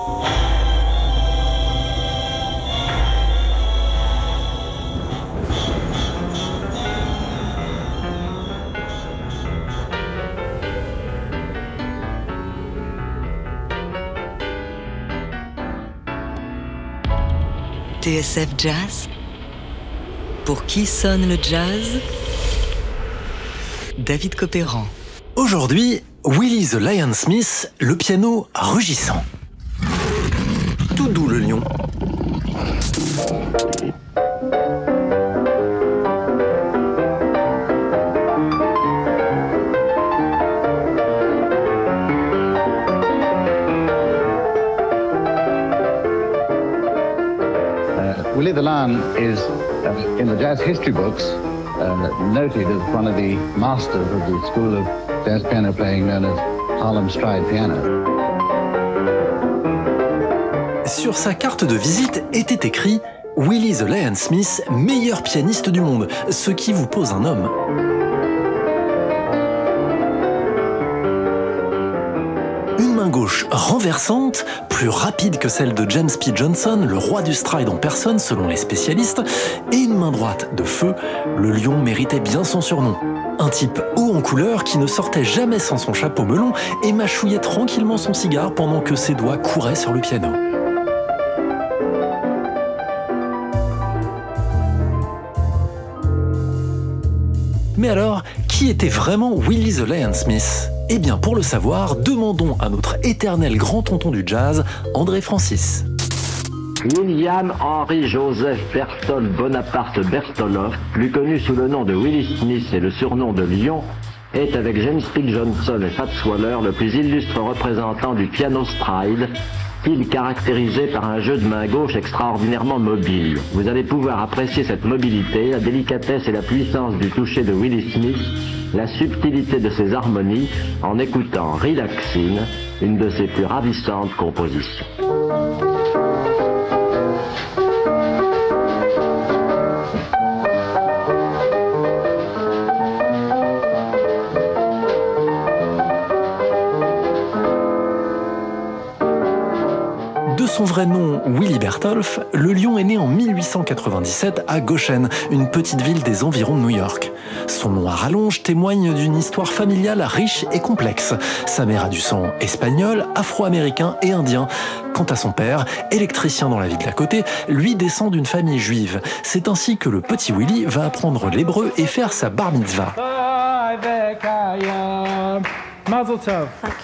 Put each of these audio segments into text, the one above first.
TSF Jazz. Pour qui sonne le jazz? David Copéran. Aujourd'hui, Willie the Lion Smith, le piano rugissant. Tout doux le lion. Willie the Lion is, in the jazz history books, noted as one of the masters of the school of jazz piano playing known as Harlem Stride Piano. Sur sa carte de visite était écrit « Willie the Lion Smith, meilleur pianiste du monde », ce qui vous pose un homme. Une main gauche renversante, plus rapide que celle de James P. Johnson, le roi du stride en personne selon les spécialistes, et une main droite de feu, le lion méritait bien son surnom. Un type haut en couleur qui ne sortait jamais sans son chapeau melon et mâchouillait tranquillement son cigare pendant que ses doigts couraient sur le piano. Mais alors, qui était vraiment Willie the Lion Smith ? Eh bien, pour le savoir, demandons à notre éternel grand tonton du jazz, André Francis. William Henry Joseph Berthold Bonaparte Bertoloff, plus connu sous le nom de Willie Smith et le surnom de Lion, est avec James P. Johnson et Fats Waller le plus illustre représentant du piano stride, style caractérisé par un jeu de main gauche extraordinairement mobile. Vous allez pouvoir apprécier cette mobilité, la délicatesse et la puissance du toucher de Willie Smith, la subtilité de ses harmonies, en écoutant Relaxin', une de ses plus ravissantes compositions. De son vrai nom, Willie Bertolf, le lion est né en 1897 à Goshen, une petite ville des environs de New York. Son nom à rallonge témoigne d'une histoire familiale riche et complexe. Sa mère a du sang espagnol, afro-américain et indien. Quant à son père, électricien dans la ville d'à côté, lui descend d'une famille juive. C'est ainsi que le petit Willie va apprendre l'hébreu et faire sa bar mitzvah. Mazel tov.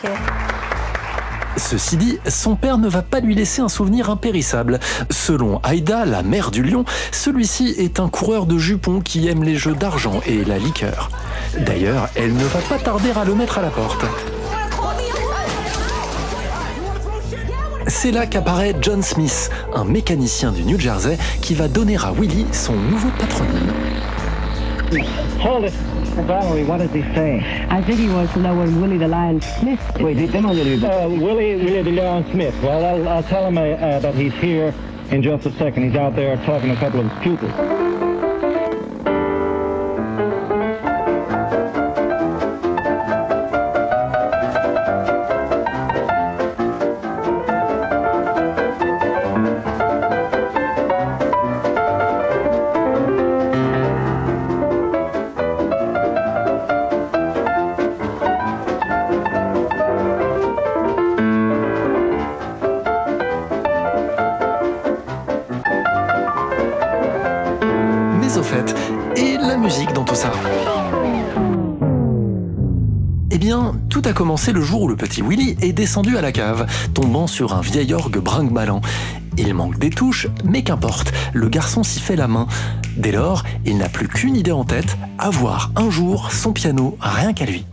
Ceci dit, son père ne va pas lui laisser un souvenir impérissable. Selon Aïda, la mère du lion, celui-ci est un coureur de jupons qui aime les jeux d'argent et la liqueur. D'ailleurs, elle ne va pas tarder à le mettre à la porte. C'est là qu'apparaît John Smith, un mécanicien du New Jersey qui va donner à Willie son nouveau patronyme. Hold it. Valerie, what does he say? I think he wants to know when Willie the Lion Smith. Wait, Willie the Lion Smith. Well, I'll tell him that he's here in just a second. He's out there talking to a couple of his pupils. Au fait, et la musique dans tout ça? Eh bien, tout a commencé le jour où le petit Willie est descendu à la cave, tombant sur un vieil orgue brinque-ballant. Il manque des touches, mais qu'importe, le garçon s'y fait la main. Dès lors, il n'a plus qu'une idée en tête, avoir un jour son piano rien qu'à lui.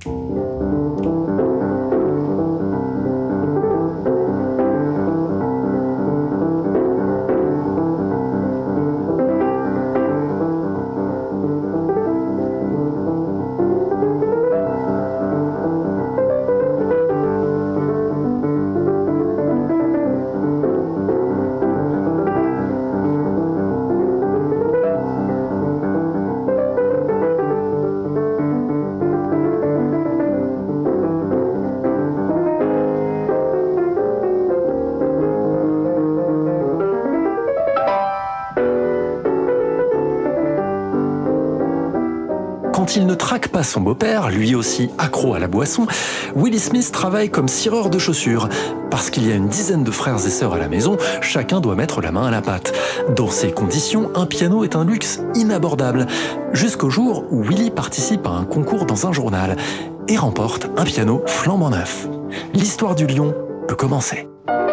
quand il ne traque pas son beau-père, lui aussi accro à la boisson, Willie Smith travaille comme cireur de chaussures. Parce qu'il y a une dizaine de frères et sœurs à la maison, chacun doit mettre la main à la pâte. Dans ces conditions, un piano est un luxe inabordable. Jusqu'au jour où Willie participe à un concours dans un journal et remporte un piano flambant neuf. L'histoire du lion peut commencer.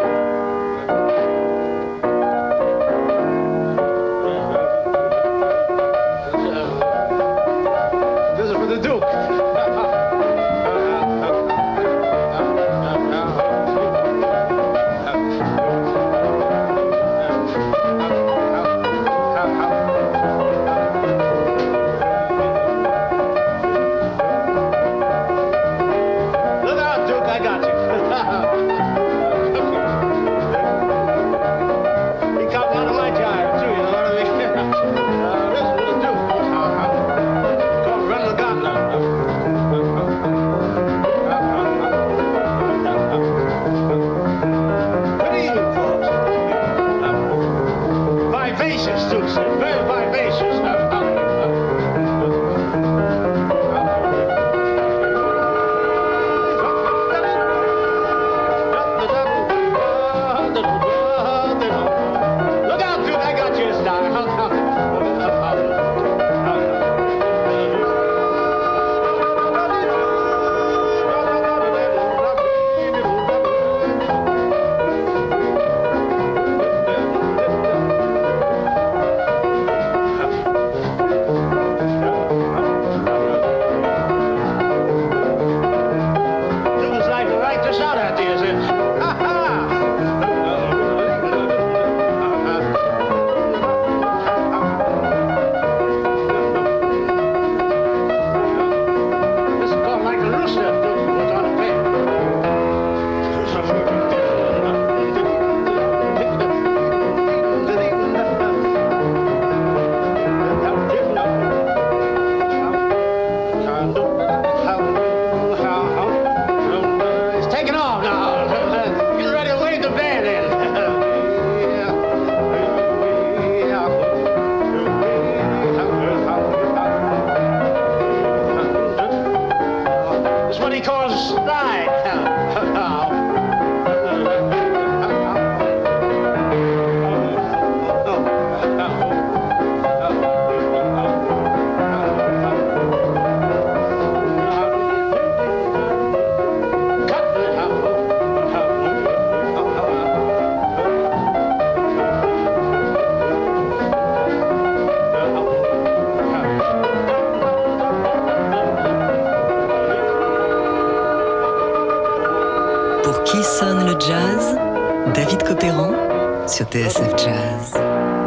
Pour qui sonne le jazz? David Copéran sur TSF Jazz.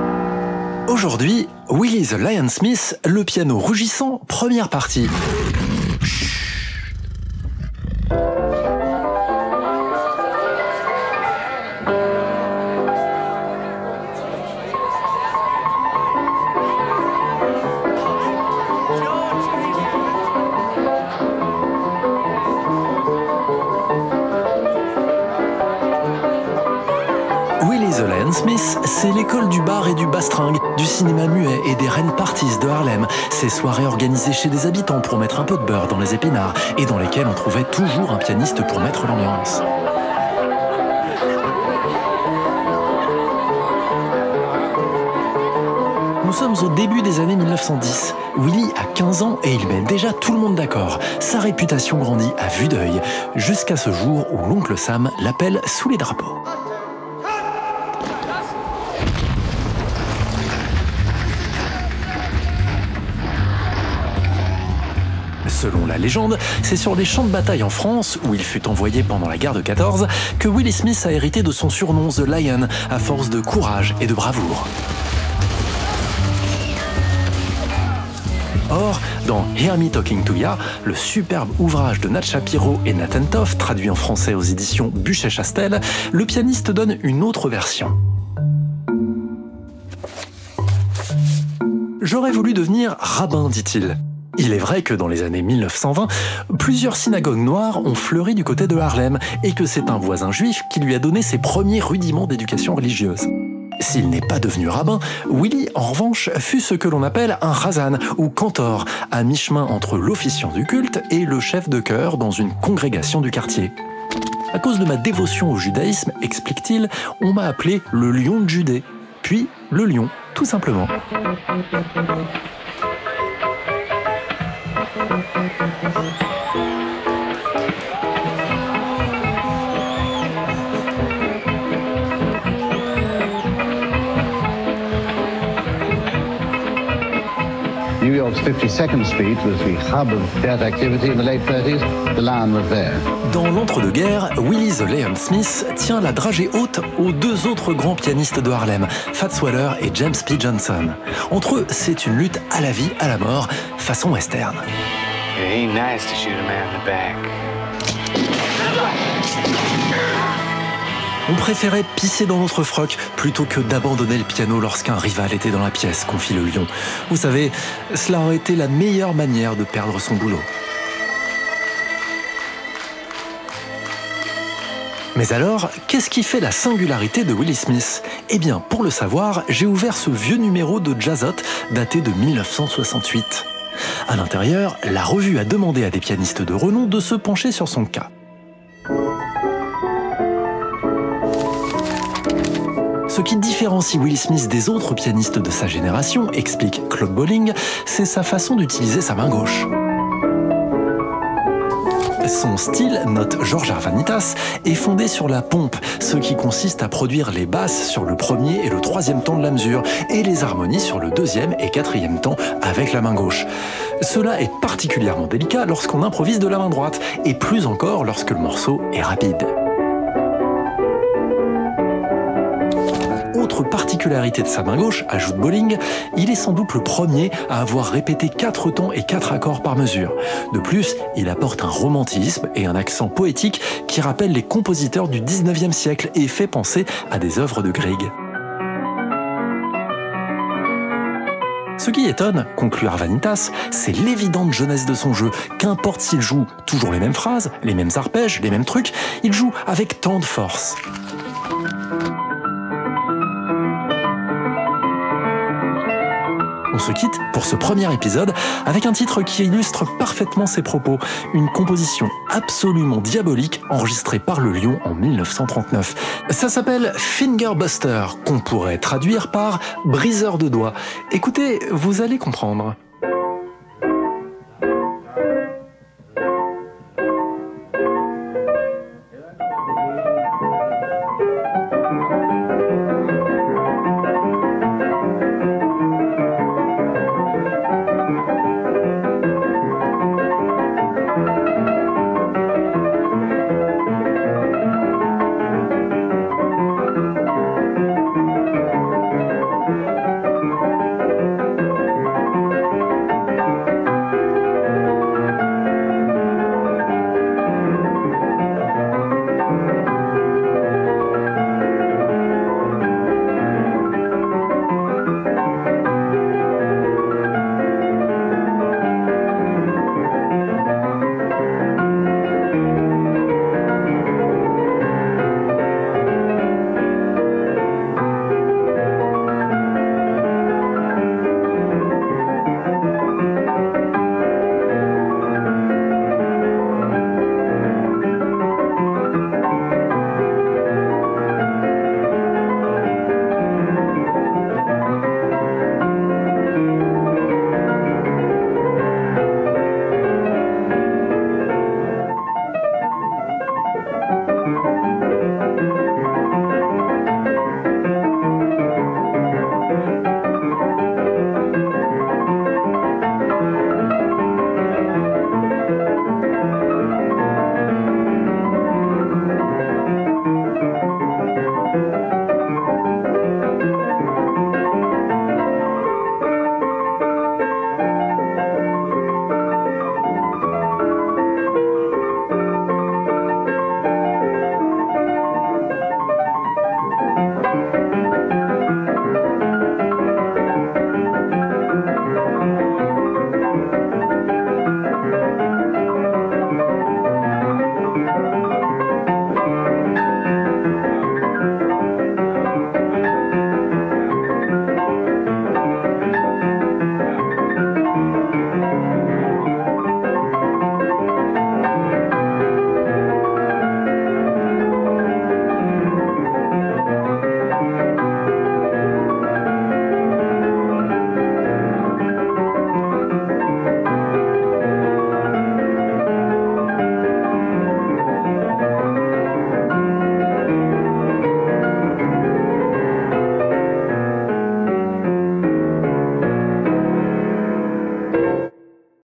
Aujourd'hui, Willie the Lion Smith, le piano rugissant, première partie. The Lion Smith, c'est l'école du bar et du bastringue, du cinéma muet et des Rain Parties de Harlem. Ces soirées organisées chez des habitants pour mettre un peu de beurre dans les épinards et dans lesquelles on trouvait toujours un pianiste pour mettre l'ambiance. Nous sommes au début des années 1910. Willie a 15 ans et il met déjà tout le monde d'accord. Sa réputation grandit à vue d'œil, jusqu'à ce jour où l'oncle Sam l'appelle sous les drapeaux. Selon la légende, c'est sur les champs de bataille en France, où il fut envoyé pendant la guerre de 14, que Willie Smith a hérité de son surnom The Lion, à force de courage et de bravoure. Or, dans Hear Me Talking to Ya, le superbe ouvrage de Nat Shapiro et Nathan Toff, traduit en français aux éditions Buchet-Chastel, le pianiste donne une autre version. J'aurais voulu devenir rabbin, dit-il. Il est vrai que dans les années 1920, plusieurs synagogues noires ont fleuri du côté de Harlem et que c'est un voisin juif qui lui a donné ses premiers rudiments d'éducation religieuse. S'il n'est pas devenu rabbin, Willy, en revanche, fut ce que l'on appelle un razan ou cantor, à mi-chemin entre l'officiant du culte et le chef de chœur dans une congrégation du quartier. À cause de ma dévotion au judaïsme, explique-t-il, on m'a appelé le lion de Judée, puis le lion, tout simplement. New York's 52nd Street was the hub of theatre activity in the late 30s. The Lion was there. Dans l'entre-deux-guerres, Willie the Lion Smith tient la dragée haute aux deux autres grands pianistes de Harlem, Fats Waller et James P. Johnson. Entre eux, c'est une lutte à la vie, à la mort, façon western. It ain't nice to shoot a man in the back. On préférait pisser dans notre froc plutôt que d'abandonner le piano lorsqu'un rival était dans la pièce, confie le lion. Vous savez, cela aurait été la meilleure manière de perdre son boulot. Mais alors, qu'est-ce qui fait la singularité de Willie Smith ? Eh bien, pour le savoir, j'ai ouvert ce vieux numéro de Jazzot daté de 1968. À l'intérieur, la revue a demandé à des pianistes de renom de se pencher sur son cas. Ce qui différencie Willie Smith des autres pianistes de sa génération, explique Claude Bolling, c'est sa façon d'utiliser sa main gauche. Son style, note George Arvanitas, est fondé sur la pompe, ce qui consiste à produire les basses sur le premier et le troisième temps de la mesure, et les harmonies sur le deuxième et quatrième temps avec la main gauche. Cela est particulièrement délicat lorsqu'on improvise de la main droite, et plus encore lorsque le morceau est rapide. Autre particularité de sa main gauche, ajoute Bolling, il est sans doute le premier à avoir répété 4 temps et 4 accords par mesure. De plus, il apporte un romantisme et un accent poétique qui rappellent les compositeurs du 19e siècle et fait penser à des œuvres de Grieg. Ce qui étonne, conclut Arvanitas, c'est l'évidente jeunesse de son jeu. Qu'importe s'il joue toujours les mêmes phrases, les mêmes arpèges, les mêmes trucs, il joue avec tant de force. On se quitte pour ce premier épisode avec un titre qui illustre parfaitement ses propos. Une composition absolument diabolique enregistrée par le Lion en 1939. Ça s'appelle Fingerbuster, qu'on pourrait traduire par briseur de doigts. Écoutez, vous allez comprendre.